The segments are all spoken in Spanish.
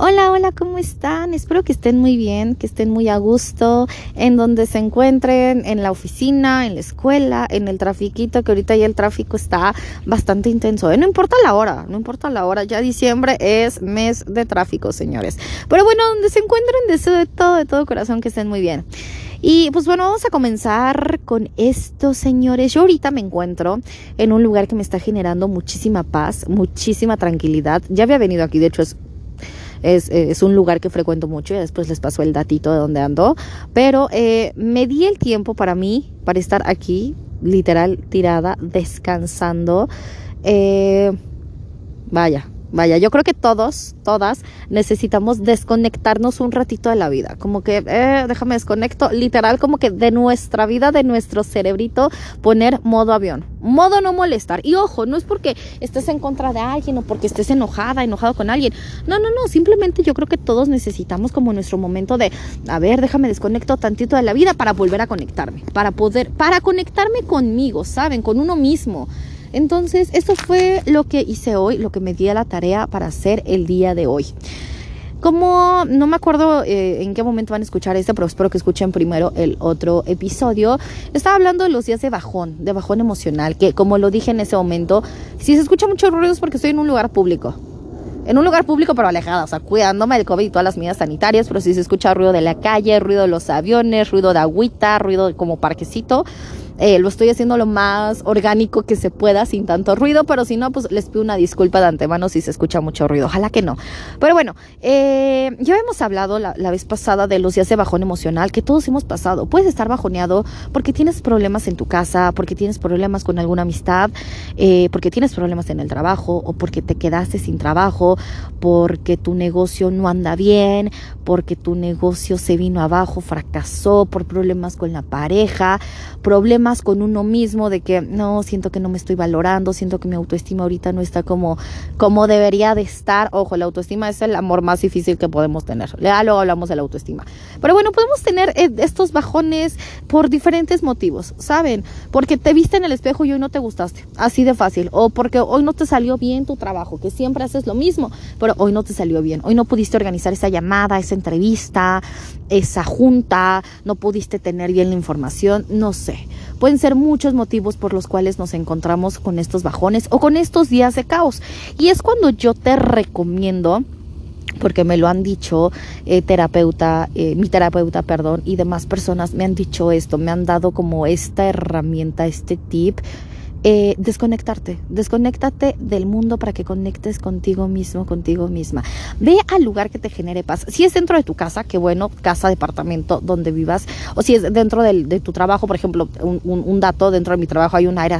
Hola, hola, ¿cómo están? Espero que estén muy bien, que estén muy a gusto, en donde se encuentren, en la oficina, en la escuela, en el trafiquito, que ahorita ya el tráfico está bastante intenso. No importa la hora, ya diciembre es mes de tráfico, señores. Pero bueno, donde se encuentren, deseo de todo corazón que estén muy bien. Y pues bueno, vamos a comenzar con esto, señores. Yo ahorita me encuentro en un lugar que me está generando muchísima paz, muchísima tranquilidad. Ya había venido aquí, de hecho es un lugar que frecuento mucho y después les paso el datito de dónde ando. Pero me di el tiempo para mí, para estar aquí, literal, tirada, descansando. Vaya, yo creo que todas necesitamos desconectarnos un ratito de la vida, como que déjame desconecto, literal, como que de nuestra vida, de nuestro cerebrito, poner modo avión, modo no molestar. Y ojo, no es porque estés en contra de alguien o porque estés enojado con alguien, no, simplemente yo creo que todos necesitamos como nuestro momento de, a ver, déjame desconecto tantito de la vida para volver a conectarme, para conectarme conmigo, ¿saben? Con uno mismo. Entonces, eso fue lo que hice hoy, lo que me di a la tarea para hacer el día de hoy. Como no me acuerdo en qué momento van a escuchar pero espero que escuchen primero el otro episodio. Estaba hablando de los días de bajón emocional, que como lo dije en ese momento, si se escucha mucho ruido es porque estoy en un lugar público. En un lugar público pero alejada, o sea, cuidándome del COVID y todas las medidas sanitarias, pero si se escucha ruido de la calle, ruido de los aviones, ruido de agüita, ruido de como parquecito, lo estoy haciendo lo más orgánico que se pueda, sin tanto ruido, pero si no, pues les pido una disculpa de antemano si se escucha mucho ruido, ojalá que no. Pero bueno, ya hemos hablado la vez pasada de los días de bajón emocional que todos hemos pasado. Puedes estar bajoneado porque tienes problemas en tu casa, porque tienes problemas con alguna amistad, porque tienes problemas en el trabajo, o porque te quedaste sin trabajo, porque tu negocio no anda bien, porque tu negocio se vino abajo, fracasó, por problemas con la pareja, problemas con uno mismo, de que no, siento que no me estoy valorando, siento que mi autoestima ahorita no está como debería de estar. Ojo, la autoestima es el amor más difícil que podemos tener. Ya luego hablamos de la autoestima. Pero bueno, podemos tener estos bajones por diferentes motivos, ¿saben? Porque te viste en el espejo y hoy no te gustaste, así de fácil. O porque hoy no te salió bien tu trabajo, que siempre haces lo mismo, pero hoy no te salió bien. Hoy no pudiste organizar esa llamada, esa entrevista, esa junta, no pudiste tener bien la información, no sé. Pueden ser muchos motivos por los cuales nos encontramos con estos bajones o con estos días de caos. Y es cuando yo te recomiendo, porque me lo han dicho mi terapeuta, y demás personas me han dicho esto, me han dado como esta herramienta, este tip. Desconéctate del mundo para que conectes contigo mismo, contigo misma. Ve al lugar que te genere paz. Si es dentro de tu casa, qué bueno, casa, departamento, donde vivas, o si es dentro de tu trabajo, por ejemplo, un dato, dentro de mi trabajo hay un área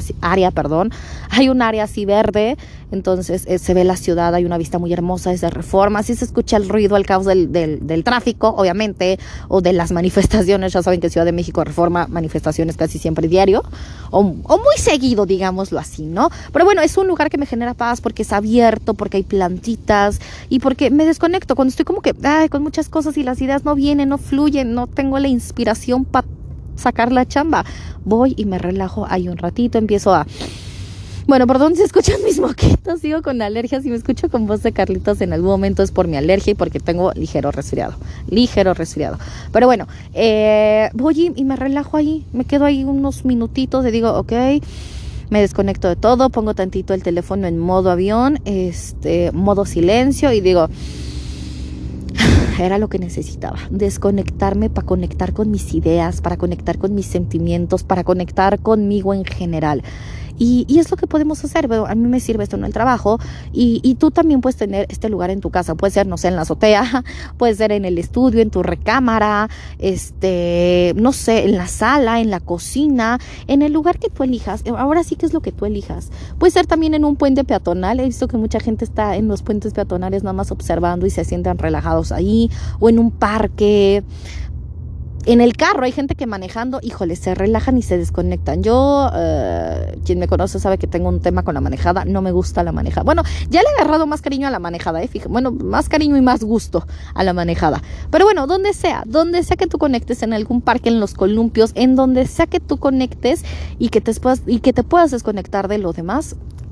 así verde, entonces se ve la ciudad, hay una vista muy hermosa desde Reforma, si se escucha el ruido, el caos del tráfico, obviamente, o de las manifestaciones. Ya saben que Ciudad de México, Reforma, manifestaciones casi siempre diario, o muy seguido, digámoslo así, ¿no? Pero bueno, es un lugar que me genera paz porque es abierto, porque hay plantitas y porque me desconecto cuando estoy como que con muchas cosas y las ideas no vienen, no fluyen, no tengo la inspiración para sacar la chamba. Voy y me relajo ahí un ratito, empiezo a... Bueno, perdón si escuchan mis moquitos, sigo con alergias. Si me escucho con voz de Carlitos en algún momento es por mi alergia y porque tengo ligero resfriado. Pero bueno, voy y me relajo ahí, me quedo ahí unos minutitos y digo, ok, me desconecto de todo, pongo tantito el teléfono en modo avión, modo silencio y digo, era lo que necesitaba, desconectarme para conectar con mis ideas, para conectar con mis sentimientos, para conectar conmigo en general. Y es lo que podemos hacer. Bueno, a mí me sirve esto en el trabajo y tú también puedes tener este lugar en tu casa. Puede ser, no sé, en la azotea, puede ser en el estudio, en tu recámara, no sé, en la sala, en la cocina, en el lugar que tú elijas. Ahora sí que es lo que tú elijas. Puede ser también en un puente peatonal. He visto que mucha gente está en los puentes peatonales nada más observando y se sientan relajados ahí, o en un parque. En el carro hay gente que manejando, híjole, se relajan y se desconectan. Yo, quien me conoce sabe que tengo un tema con la manejada, no me gusta la manejada. Bueno, ya le he agarrado más cariño a la manejada, fíjate. Bueno, más cariño y más gusto a la manejada. Pero bueno, donde sea que tú conectes, en algún parque, en los columpios, en donde sea que tú conectes y que te puedas desconectar de lo demás,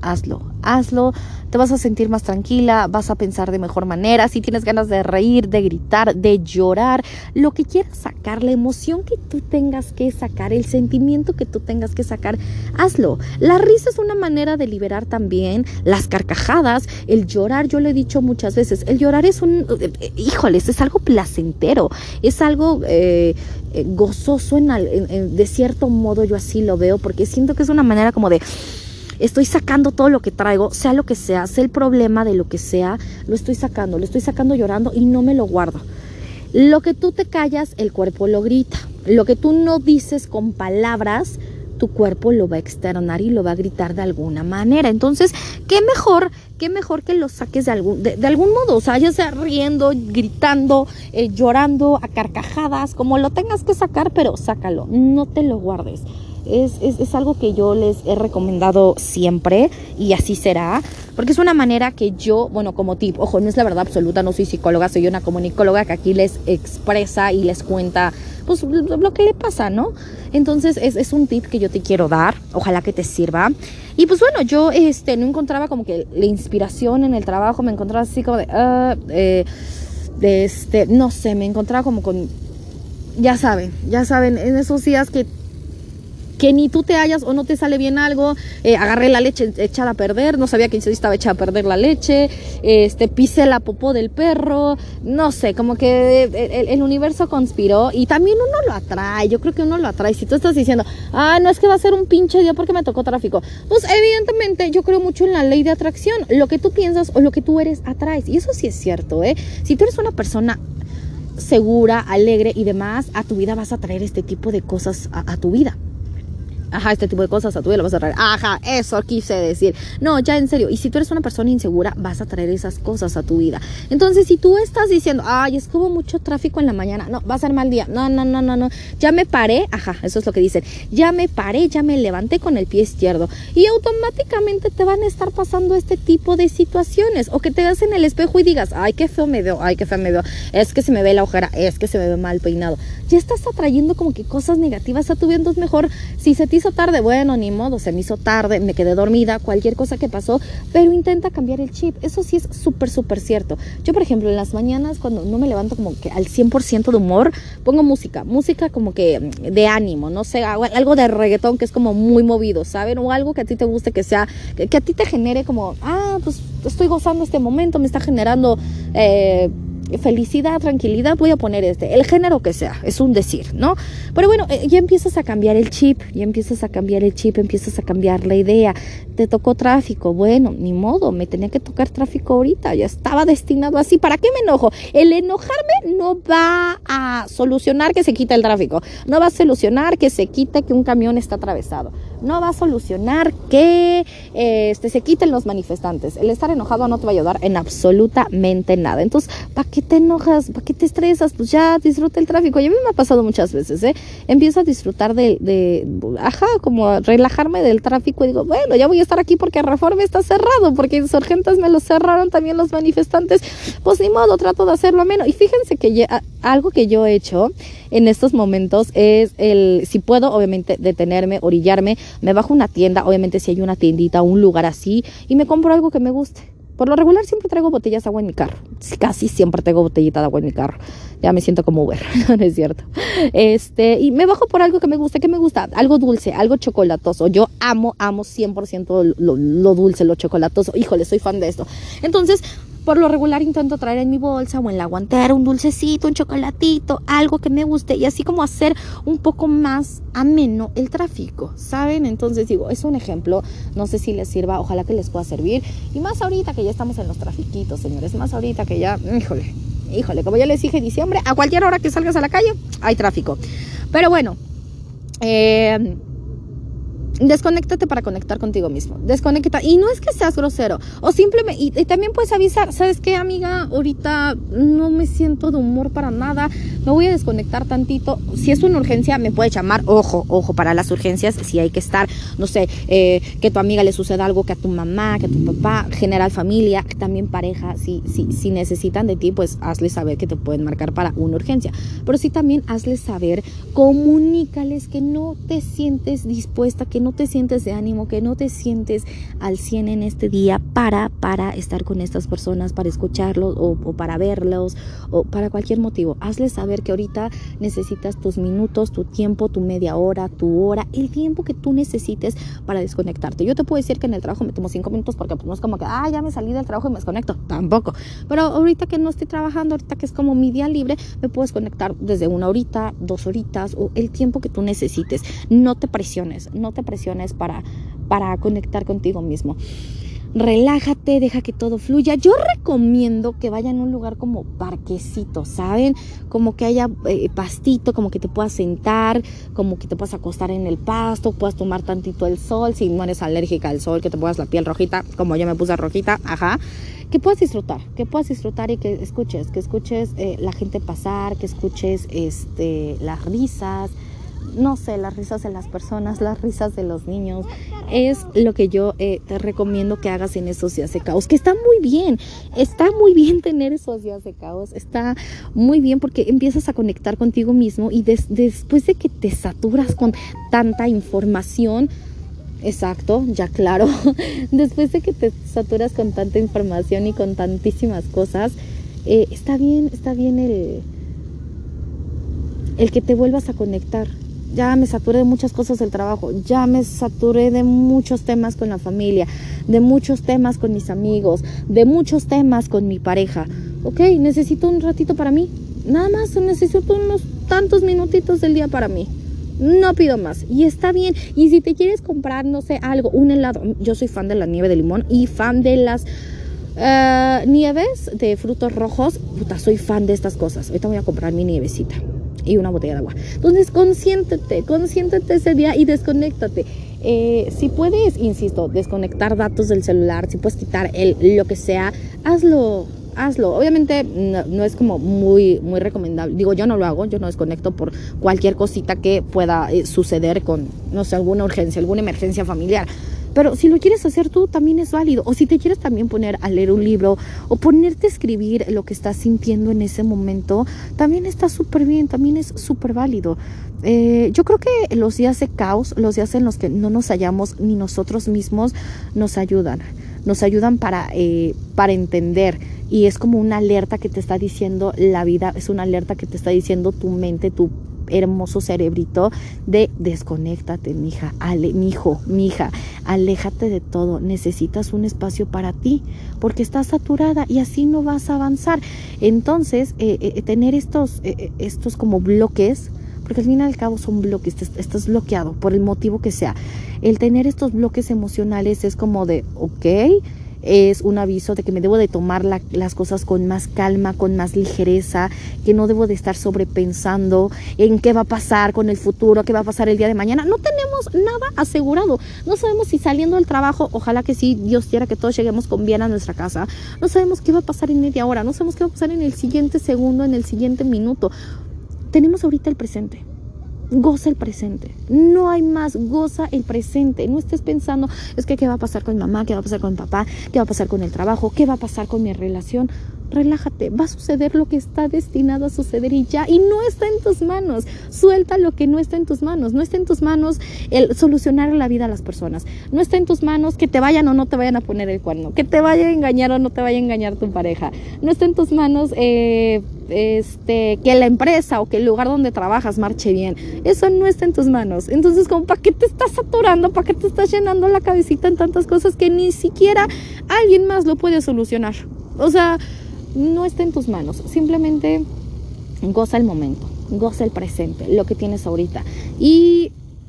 hazlo, te vas a sentir más tranquila, vas a pensar de mejor manera, si tienes ganas de reír, de gritar, de llorar, lo que quieras sacar, la emoción que tú tengas que sacar, el sentimiento que tú tengas que sacar, hazlo. La risa es una manera de liberar también, las carcajadas, el llorar, yo lo he dicho muchas veces, el llorar es es algo placentero, es algo gozoso de cierto modo, yo así lo veo, porque siento que es una manera como de estoy sacando todo lo que traigo, sea lo que sea el problema de lo que sea, lo estoy sacando llorando y no me lo guardo. Lo que tú te callas, el cuerpo lo grita. Lo que tú no dices con palabras, tu cuerpo lo va a externar y lo va a gritar de alguna manera. Entonces, qué mejor que lo saques de algún modo, o sea, ya sea riendo, gritando, llorando, a carcajadas, como lo tengas que sacar, pero sácalo, no te lo guardes. Es algo que yo les he recomendado siempre y así será, porque es una manera que yo, bueno, como tip, ojo, no es la verdad absoluta, no soy psicóloga, soy una comunicóloga que aquí les expresa y les cuenta pues lo que le pasa, ¿no? Entonces es un tip que yo te quiero dar, ojalá que te sirva. Y pues bueno, yo no encontraba como que la inspiración en el trabajo, me encontraba así como no sé, me encontraba como con, ya saben, en esos días que ni tú te hallas o no te sale bien algo, agarré la leche echada a perder, no sabía que estaba echada a perder la leche, pisé la popó del perro, no sé, como que el universo conspiró y también uno lo atrae, yo creo que uno lo atrae. Si tú estás diciendo, no es que va a ser un pinche día porque me tocó tráfico, pues evidentemente yo creo mucho en la ley de atracción, lo que tú piensas o lo que tú eres atraes, y eso sí es cierto, si tú eres una persona segura, alegre y demás, a tu vida vas a traer este tipo de cosas a tu vida. Ajá, este tipo de cosas a tu vida lo vas a traer. Ajá, eso quise decir. No, ya en serio. Y si tú eres una persona insegura, vas a traer esas cosas a tu vida. Entonces, si tú estás diciendo, es que hubo mucho tráfico en la mañana, no, va a ser mal día. No. Ya me paré, ajá, eso es lo que dicen. Ya me paré, ya me levanté con el pie izquierdo. Y automáticamente te van a estar pasando este tipo de situaciones. O que te veas en el espejo y digas, ay, qué feo me veo, Es que se me ve la ojera, es que se me ve mal peinado. Ya estás atrayendo como que cosas negativas a tu vida. Entonces, mejor, si se te hizo tarde, bueno, ni modo, se me hizo tarde, me quedé dormida, cualquier cosa que pasó, pero intenta cambiar el chip. Eso sí es súper cierto. Yo, por ejemplo, en las mañanas, cuando no me levanto como que al 100% de humor, pongo música como que de ánimo, no sé, algo de reggaetón que es como muy movido, ¿saben? O algo que a ti te guste, que a ti te genere como, pues estoy gozando este momento, me está generando felicidad, tranquilidad, voy a poner el género que sea, es un decir, ¿no? Pero bueno, ya empiezas a cambiar el chip, empiezas a cambiar la idea. Te tocó tráfico, bueno, ni modo, me tenía que tocar tráfico ahorita, ya estaba destinado así. ¿Para qué me enojo? El enojarme no va a solucionar que se quite el tráfico, no va a solucionar que se quite que un camión está atravesado, no va a solucionar que se quiten los manifestantes. El estar enojado no te va a ayudar en absolutamente nada. Entonces, ¿para qué te enojas? ¿Para qué te estresas? Pues ya disfruta el tráfico. Y a mí me ha pasado muchas veces, empiezo a disfrutar como a relajarme del tráfico y digo, bueno, ya voy a estar aquí porque Reforma está cerrado, porque Insurgentes me lo cerraron también los manifestantes, pues ni modo, trato de hacerlo ameno. Y fíjense que algo que yo he hecho en estos momentos es si puedo, obviamente, detenerme, orillarme, me bajo a una tienda, obviamente si hay una tiendita, un lugar así, y me compro algo que me guste. Por lo regular siempre traigo botellas de agua en mi carro. Casi siempre traigo botellita de agua en mi carro. Ya me siento como Uber, no es cierto. Y me bajo por algo que me guste. ¿Qué me gusta? Algo dulce, algo chocolatoso. Yo amo 100% lo dulce, lo chocolatoso. Híjole, soy fan de esto. Entonces, por lo regular intento traer en mi bolsa o en la guantera un dulcecito, un chocolatito, algo que me guste y así como hacer un poco más ameno el tráfico, ¿saben? Entonces digo, es un ejemplo, no sé si les sirva, ojalá que les pueda servir. Y más ahorita que ya estamos en los trafiquitos, señores, más ahorita que ya, híjole, como ya les dije, diciembre, a cualquier hora que salgas a la calle, hay tráfico. Pero bueno, desconéctate para conectar contigo mismo. Desconecta. Y no es que seas grosero. O simplemente, y también puedes avisar, ¿sabes qué, amiga? Ahorita no me siento de humor para nada. Me voy a desconectar tantito. Si es una urgencia, me puedes llamar. Ojo, para las urgencias, si hay que estar, no sé, que a tu amiga le suceda algo, que a tu mamá, que a tu papá, general familia, también pareja, si necesitan de ti, pues hazles saber que te pueden marcar para una urgencia. Pero sí también hazles saber, comunícales que no te sientes dispuesta, que no te sientes de ánimo, que no te sientes al 100 en este día para estar con estas personas, para escucharlos o para verlos o para cualquier motivo. Hazles saber que ahorita necesitas tus minutos, tu tiempo, tu media hora, tu hora, el tiempo que tú necesites para desconectarte. Yo te puedo decir que en el trabajo me tomo 5 minutos porque pues no es como que, ya me salí del trabajo y me desconecto. Tampoco. Pero ahorita que no estoy trabajando, ahorita que es como mi día libre, me puedo desconectar desde 1 horita, 2 horitas o el tiempo que tú necesites. No te presiones para conectar contigo mismo. Relájate, deja que todo fluya. Yo recomiendo que vayan a un lugar como parquecito, ¿saben? Como que haya pastito, como que te puedas sentar, como que te puedas acostar en el pasto, puedas tomar tantito el sol, si no eres alérgica al sol, que te pongas la piel rojita, como yo me puse rojita, que puedas disfrutar y que escuches la gente pasar, que escuches las risas, no sé, las risas de las personas, las risas de los niños. Es lo que yo te recomiendo que hagas en esos días de caos, que está muy bien tener esos días de caos, está muy bien porque empiezas a conectar contigo mismo y después de que te saturas con tanta información, exacto, ya claro, después de que te saturas con tanta información y con tantísimas cosas, está bien el que te vuelvas a conectar. Ya me saturé de muchas cosas del trabajo, ya me saturé de muchos temas con la familia, de muchos temas con mis amigos, de muchos temas con mi pareja. Ok, necesito un ratito para mí, nada más necesito unos tantos minutitos del día para mí. No pido más y está bien. Y si te quieres comprar, no sé, algo, un helado, yo soy fan de la nieve de limón y fan de las nieves de frutos rojos. Puta, soy fan de estas cosas. Ahorita voy a comprar mi nievecita y una botella de agua. Entonces consiéntete ese día y desconéctate. Si puedes, insisto, desconectar datos del celular, si puedes quitar lo que sea, hazlo. Obviamente no es como muy recomendable. Digo, yo no lo hago, yo no desconecto por cualquier cosita que pueda suceder con, no sé, alguna urgencia, alguna emergencia familiar. Pero si lo quieres hacer tú, también es válido. O si te quieres también poner a leer un libro o ponerte a escribir lo que estás sintiendo en ese momento, también está súper bien, también es súper válido. Yo creo que los días de caos, los días en los que no nos hallamos ni nosotros mismos, nos ayudan para entender. Y es como una alerta que te está diciendo la vida, es una alerta que te está diciendo tu mente, tu hermoso cerebrito, de desconéctate, mijo, mija, aléjate de todo, necesitas un espacio para ti, porque estás saturada y así no vas a avanzar. Entonces, tener estos como bloques, porque al fin y al cabo son bloques, estás bloqueado por el motivo que sea. El tener estos bloques emocionales es como de, ok, es un aviso de que me debo de tomar las cosas con más calma, con más ligereza, que no debo de estar sobrepensando en qué va a pasar con el futuro, qué va a pasar el día de mañana. No tenemos nada asegurado. No sabemos si saliendo del trabajo, ojalá que sí, Dios quiera que todos lleguemos con bien a nuestra casa. No sabemos qué va a pasar en media hora, no sabemos qué va a pasar en el siguiente segundo, en el siguiente minuto. Tenemos ahorita el presente. Goza el presente, no hay más, goza el presente. No estés pensando, es que qué va a pasar con mi mamá, qué va a pasar con mi papá, qué va a pasar con el trabajo, qué va a pasar con mi relación. Relájate, va a suceder lo que está destinado a suceder y ya, y no está en tus manos. Suelta lo que no está en tus manos. No está en tus manos el solucionar la vida a las personas, no está en tus manos que te vayan o no te vayan a poner el cuerno, que te vaya a engañar o no te vaya a engañar tu pareja, no está en tus manos que la empresa o que el lugar donde trabajas marche bien. Eso no está en tus manos. Entonces, como, ¿para qué te estás saturando? ¿Para qué te estás llenando la cabecita en tantas cosas que ni siquiera alguien más lo puede solucionar? O sea, no está en tus manos. Simplemente goza el momento, goza el presente, lo que tienes ahorita, y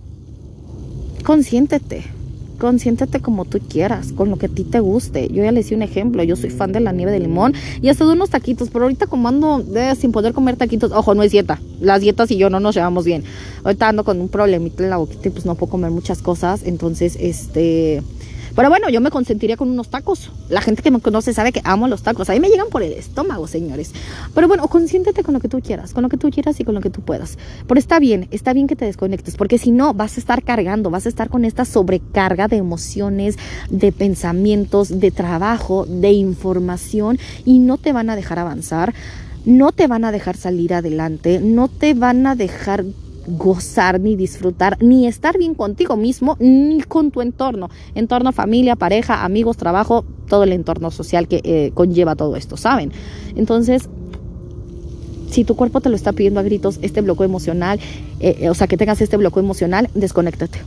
consiéntete como tú quieras, con lo que a ti te guste. Yo ya les di un ejemplo, yo soy fan de la nieve de limón y hasta de unos taquitos, pero ahorita como ando sin poder comer taquitos, ojo, no es dieta, las dietas y yo no nos llevamos bien. Ahorita ando con un problemita en la boquita y pues no puedo comer muchas cosas, entonces pero bueno, yo me consentiría con unos tacos. La gente que me conoce sabe que amo los tacos. A mí me llegan por el estómago, señores. Pero bueno, consiéntete con lo que tú quieras y con lo que tú puedas. Pero está bien que te desconectes, porque si no vas a estar cargando, vas a estar con esta sobrecarga de emociones, de pensamientos, de trabajo, de información, y no te van a dejar avanzar, no te van a dejar salir adelante, no te van a dejar gozar, ni disfrutar, ni estar bien contigo mismo, ni con tu entorno, familia, pareja, amigos, trabajo, todo el entorno social que conlleva todo esto, ¿saben? Entonces, si tu cuerpo te lo está pidiendo a gritos, este bloqueo emocional, que tengas este bloqueo emocional, desconéctate,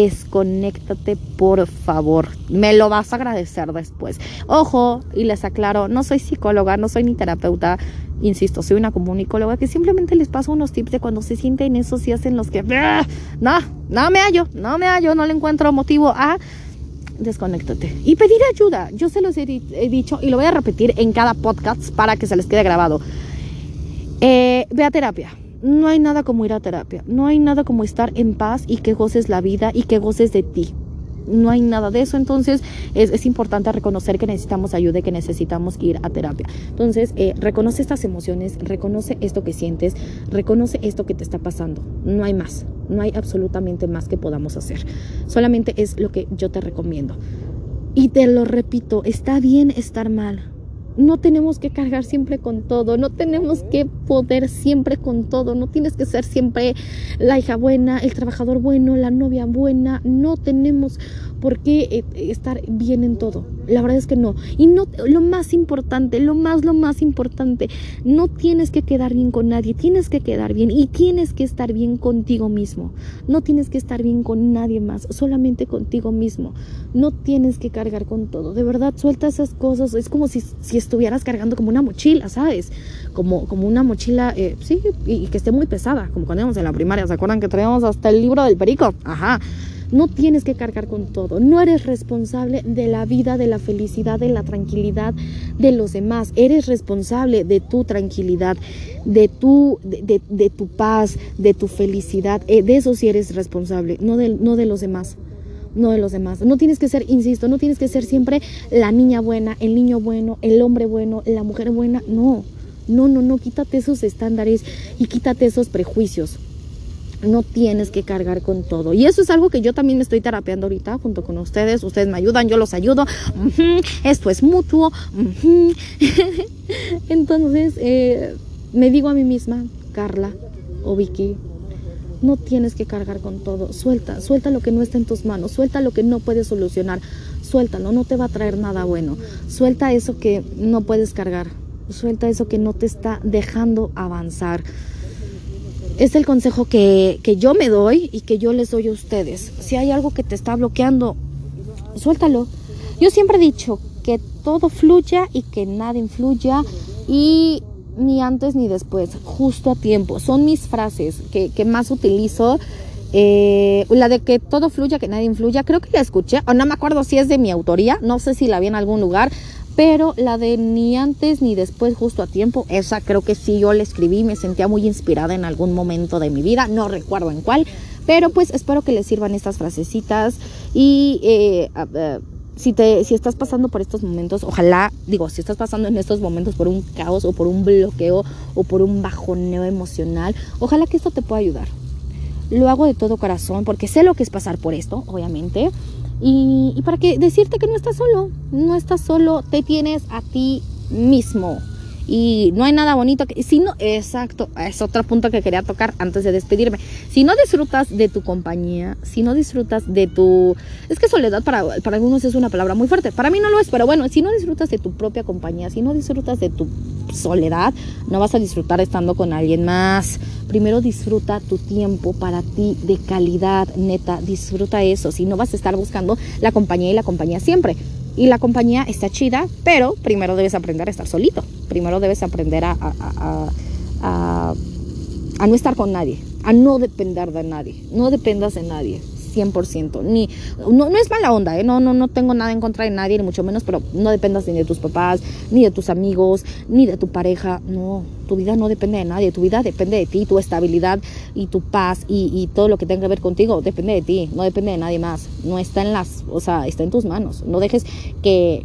por favor, me lo vas a agradecer después. Ojo, y les aclaro, no soy psicóloga, no soy ni terapeuta, insisto, soy una comunicóloga que simplemente les paso unos tips de cuando se sienten esos días en los que, no me hallo, no le encuentro motivo a... Desconéctate y pedir ayuda. Yo se los he dicho y lo voy a repetir en cada podcast para que se les quede grabado. Ve a terapia. No hay nada como ir a terapia. No hay nada como estar en paz y que goces la vida y que goces de ti. No hay nada de eso. Entonces es importante reconocer que necesitamos ayuda y que necesitamos ir a terapia. Entonces reconoce estas emociones, reconoce esto que sientes, reconoce esto que te está pasando. No hay más, no hay absolutamente más que podamos hacer. Solamente es lo que yo te recomiendo. Y te lo repito, está bien estar mal. No tenemos que cargar siempre con todo, no tenemos que poder siempre con todo, no tienes que ser siempre la hija buena, el trabajador bueno, la novia buena, no tenemos por qué estar bien en todo, la verdad es que no. Y no, lo más importante, lo más importante, no tienes que quedar bien con nadie, tienes que quedar bien y tienes que estar bien contigo mismo, no tienes que estar bien con nadie más, solamente contigo mismo, no tienes que cargar con todo, de verdad, suelta esas cosas, es como si estuvieras cargando como una mochila, ¿sabes? Como una mochila, sí, y que esté muy pesada, como cuando íbamos en la primaria, ¿se acuerdan que traíamos hasta el libro del perico? Ajá. No tienes que cargar con todo, no eres responsable de la vida, de la felicidad, de la tranquilidad de los demás, eres responsable de tu tranquilidad, de tu paz, de tu felicidad, de eso sí eres responsable, no de los demás. No de los demás, no tienes que ser, insisto, no tienes que ser siempre la niña buena, el niño bueno, el hombre bueno, la mujer buena, no, quítate esos estándares y quítate esos prejuicios. No tienes que cargar con todo. Y eso es algo que yo también me estoy terapeando ahorita junto con ustedes. Ustedes me ayudan, yo los ayudo. Esto es mutuo. Entonces, me digo a mí misma, Carla o Vicky, no tienes que cargar con todo. Suelta lo que no está en tus manos. Suelta lo que no puedes solucionar. Suéltalo, no te va a traer nada bueno. Suelta eso que no puedes cargar. Suelta eso que no te está dejando avanzar. Es el consejo que yo me doy y que yo les doy a ustedes. Si hay algo que te está bloqueando, suéltalo. Yo siempre he dicho que todo fluya y que nada influya, y ni antes ni después, justo a tiempo. Son mis frases que más utilizo. La de que todo fluya, que nada influya, creo que la escuché, o no me acuerdo si es de mi autoría, no sé si la vi en algún lugar, pero la de ni antes ni después, justo a tiempo, esa creo que sí yo la escribí, me sentía muy inspirada en algún momento de mi vida, no recuerdo en cuál, pero pues espero que les sirvan estas frasecitas. Y si estás pasando por estos momentos, ojalá, si estás pasando en estos momentos por un caos o por un bloqueo o por un bajoneo emocional, ojalá que esto te pueda ayudar. Lo hago de todo corazón porque sé lo que es pasar por esto, obviamente. Y para decirte que no estás solo, te tienes a ti mismo. Y no hay nada bonito exacto, es otro punto que quería tocar antes de despedirme. Si no disfrutas de tu compañía, si no disfrutas de es que soledad para algunos es una palabra muy fuerte, para mí no lo es, pero bueno, si no disfrutas de tu propia compañía, si no disfrutas de tu soledad, no vas a disfrutar estando con alguien más. Primero disfruta tu tiempo para ti de calidad, neta, disfruta eso. Si no, vas a estar buscando la compañía, y la compañía siempre. Y la compañía está chida, pero primero debes aprender a estar solito. Primero debes aprender a no estar con nadie, a no depender de nadie. No dependas de nadie, 100%. No es mala onda, no tengo nada en contra de nadie, ni mucho menos, pero no dependas ni de tus papás, ni de tus amigos, ni de tu pareja. No, tu vida no depende de nadie, tu vida depende de ti, tu estabilidad y tu paz y todo lo que tenga que ver contigo depende de ti, no depende de nadie más. No está está en tus manos. No dejes que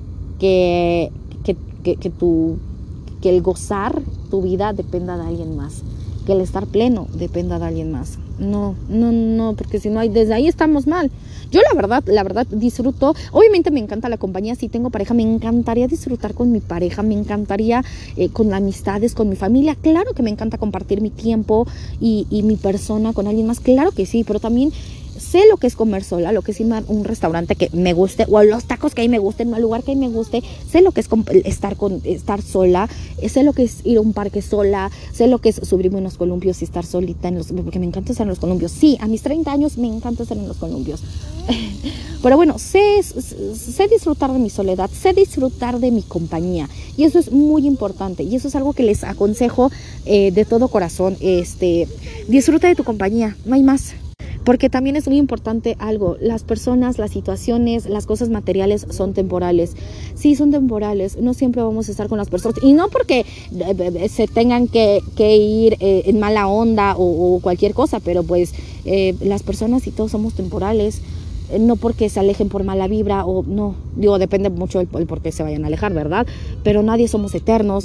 el gozar tu vida dependa de alguien más, que el estar pleno dependa de alguien más. No, porque si no hay, desde ahí estamos mal. Yo la verdad disfruto, obviamente me encanta la compañía, si tengo pareja, me encantaría disfrutar con mi pareja, me encantaría con amistades, con mi familia, claro que me encanta compartir mi tiempo y mi persona con alguien más, claro que sí, pero también sé lo que es comer sola, lo que es ir a un restaurante que me guste, o los tacos que ahí me gusten, o al lugar que ahí me guste, sé lo que es estar sola, sé lo que es ir a un parque sola, sé lo que es subirme unos columpios y estar solita, porque me encanta estar en los columpios. Sí, a mis 30 años me encanta estar en los columpios. Pero bueno, sé disfrutar de mi soledad, sé disfrutar de mi compañía, y eso es muy importante, y eso es algo que les aconsejo de todo corazón. Disfruta de tu compañía, no hay más. Porque también es muy importante algo, las personas, las situaciones, las cosas materiales son temporales. Sí, son temporales, no siempre vamos a estar con las personas. Y no porque se tengan que ir en mala onda o cualquier cosa, pero pues las personas y todos somos temporales. No porque se alejen por mala vibra o no, digo, depende mucho el por qué se vayan a alejar, ¿verdad? Pero nadie somos eternos,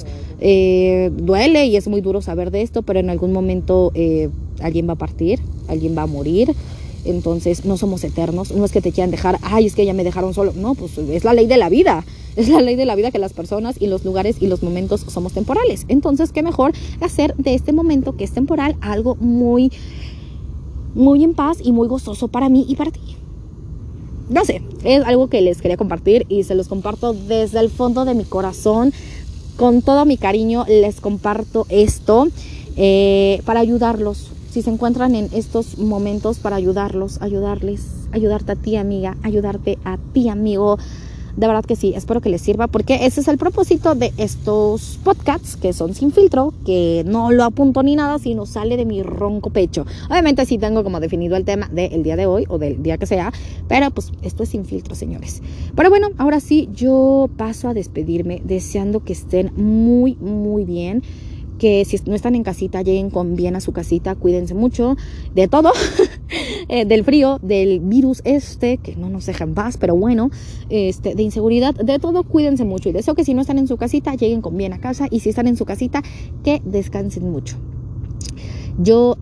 duele y es muy duro saber de esto, pero en algún momento alguien va a partir, alguien va a morir, entonces no somos eternos, no es que te quieran dejar, ay, es que ya me dejaron solo, no, pues es la ley de la vida, es la ley de la vida que las personas y los lugares y los momentos somos temporales, entonces qué mejor hacer de este momento que es temporal algo muy, muy en paz y muy gozoso para mí y para ti. No sé, es algo que les quería compartir y se los comparto desde el fondo de mi corazón. Con todo mi cariño les comparto esto para ayudarlos. Si se encuentran en estos momentos, para ayudarlos, ayudarte a ti, amiga, ayudarte a ti, amigo. De verdad que sí, espero que les sirva, porque ese es el propósito de estos podcasts que son sin filtro, que no lo apunto ni nada, sino sale de mi ronco pecho. Obviamente sí tengo como definido el tema del día de hoy o del día que sea, pero pues esto es sin filtro, señores. Pero bueno, ahora sí, yo paso a despedirme deseando que estén muy, muy bien. Que si no están en casita, lleguen con bien a su casita, cuídense mucho de todo, del frío, del virus que no nos deja en paz, pero bueno, de inseguridad, de todo, cuídense mucho. Y deseo que si no están en su casita, lleguen con bien a casa, y si están en su casita, que descansen mucho. Yo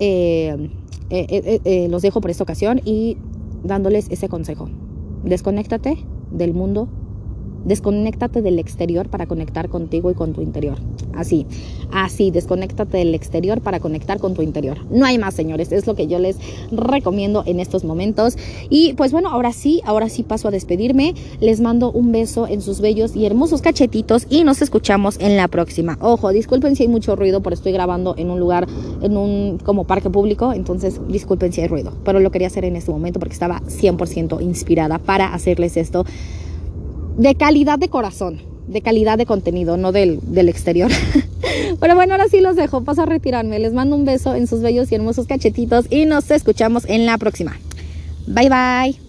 los dejo por esta ocasión y dándoles ese consejo: desconéctate del mundo, desconéctate del exterior para conectar contigo y con tu interior. Así, desconéctate del exterior para conectar con tu interior. No hay más, señores, es lo que yo les recomiendo en estos momentos. Y pues bueno, ahora sí paso a despedirme. Les mando un beso en sus bellos y hermosos cachetitos y nos escuchamos en la próxima. Ojo, disculpen si hay mucho ruido, porque estoy grabando en un lugar, en un como parque público, entonces disculpen si hay ruido, pero lo quería hacer en este momento porque estaba 100% inspirada para hacerles esto de calidad de corazón, de calidad de contenido, no del exterior. Pero bueno, ahora sí los dejo, paso a retirarme. Les mando un beso en sus bellos y hermosos cachetitos y nos escuchamos en la próxima. Bye, bye.